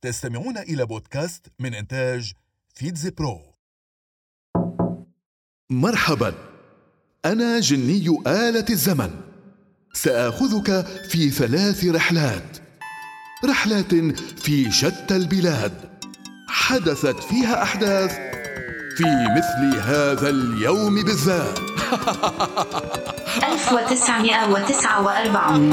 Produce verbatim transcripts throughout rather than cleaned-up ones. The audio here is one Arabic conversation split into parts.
تستمعون إلى بودكاست من إنتاج فيتز برو. مرحبا، أنا جني آلة الزمن. سآخذك في ثلاث رحلات رحلات في شتى البلاد، حدثت فيها أحداث في مثل هذا اليوم بالذات. ألف وتسعمائة وتسعة وأربعين.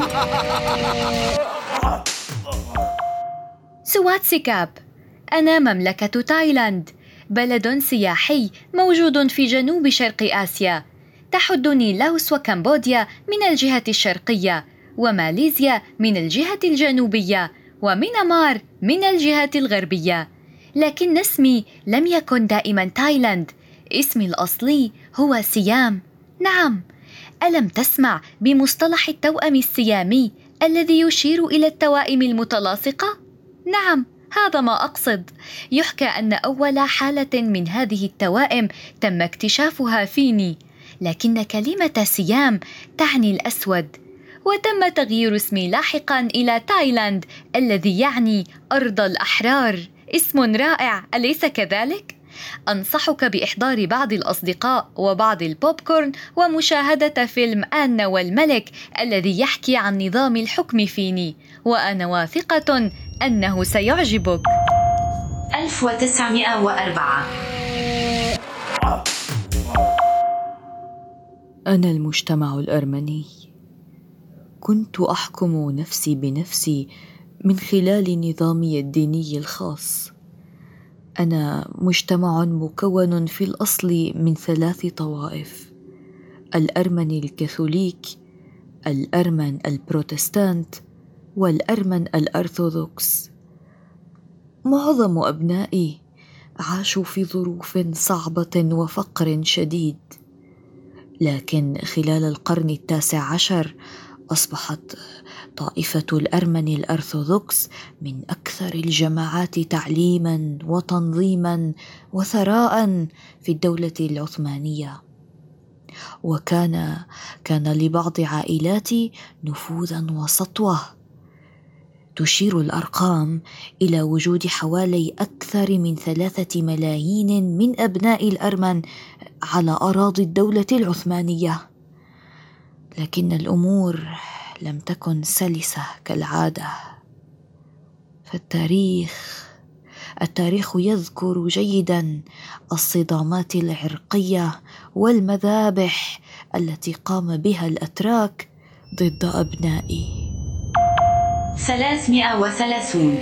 سواتسيكاب. أنا مملكة تايلاند، بلد سياحي موجود في جنوب شرق آسيا. تحدني لاوس وكمبوديا من الجهة الشرقية، وماليزيا من الجهة الجنوبية، وميانمار من الجهة الغربية. لكن اسمي لم يكن دائما تايلاند، اسمي الأصلي هو سيام. نعم، ألم تسمع بمصطلح التوأم السيامي الذي يشير إلى التوائم المتلاصقة؟ نعم، هذا ما أقصد. يحكى أن أول حالة من هذه التوائم تم اكتشافها فيني، لكن كلمة سيام تعني الأسود، وتم تغيير اسمي لاحقا إلى تايلاند الذي يعني أرض الأحرار. اسم رائع، أليس كذلك؟ أنصحك بإحضار بعض الأصدقاء وبعض البوبكورن ومشاهدة فيلم آنا والملك الذي يحكي عن نظام الحكم فيني، وأنا واثقة أنه سيعجبك. ألف وتسعمائة وأربعة. أنا المجتمع الأرمني. كنت أحكم نفسي بنفسي من خلال نظامي الديني الخاص. أنا مجتمع مكون في الأصل من ثلاث طوائف: الأرمن الكاثوليك، الأرمن البروتستانت، والأرمن الأرثوذكس. معظم أبنائي عاشوا في ظروف صعبة وفقر شديد، لكن خلال القرن التاسع عشر أصبحت طائفة الأرمن الأرثوذكس من أكثر الجماعات تعليماً وتنظيماً وثراء في الدولة العثمانية. وكان كان لبعض عائلاتي نفوذاً وسطوة. تشير الأرقام إلى وجود حوالي أكثر من ثلاثة ملايين من أبناء الأرمن على أراضي الدولة العثمانية. لكن الأمور لم تكن سلسة كالعادة. فالتاريخ التاريخ يذكر جيدا الصدامات العرقية والمذابح التي قام بها الأتراك ضد أبنائي. ثلاثمائة وثلاثون.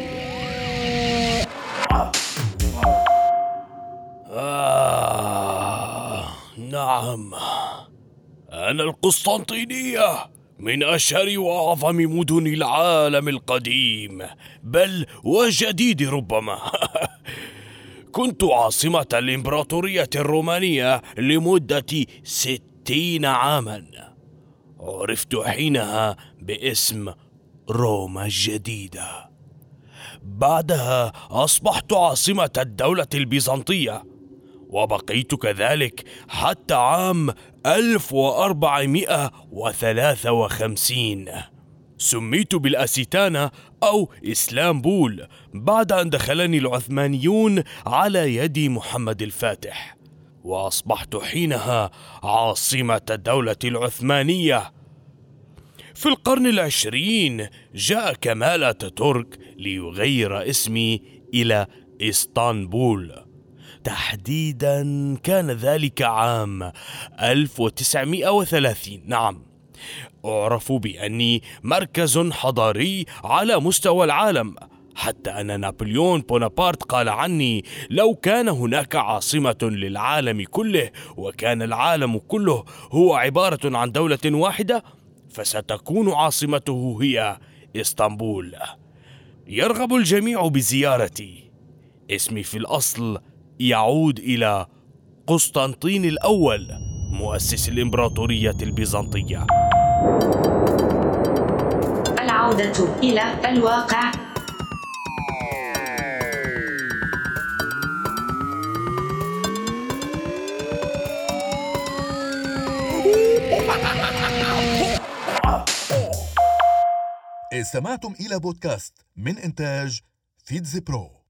آه، نعم، أنا القسطنطينية، من أشهر وأعظم مدن العالم القديم، بل وجديد ربما. كنت عاصمة الإمبراطورية الرومانية لمدة ستين عاما. عرفت حينها باسم روما الجديدة. بعدها أصبحت عاصمة الدولة البيزنطية، وبقيت كذلك حتى عام ألف وأربعمائة وثلاثة وخمسين. سميت بالأسيتانا أو إسلامبول بعد أن دخلني العثمانيون على يد محمد الفاتح، وأصبحت حينها عاصمة الدولة العثمانية. في القرن العشرين جاء كمال أتاتورك ليغير اسمي إلى إسطنبول. تحديدا كان ذلك عام ألف وتسعمائة وثلاثين. نعم، أعرف بأني مركز حضاري على مستوى العالم، حتى أن نابليون بونابرت قال عني: لو كان هناك عاصمة للعالم كله وكان العالم كله هو عبارة عن دولة واحدة فستكون عاصمته هي إسطنبول. يرغب الجميع بزيارتي. اسمي في الأصل يعود إلى قسطنطين الأول، مؤسس الإمبراطورية البيزنطية. العودة إلى الواقع. استمعتم إلى بودكاست من إنتاج فيتز برو.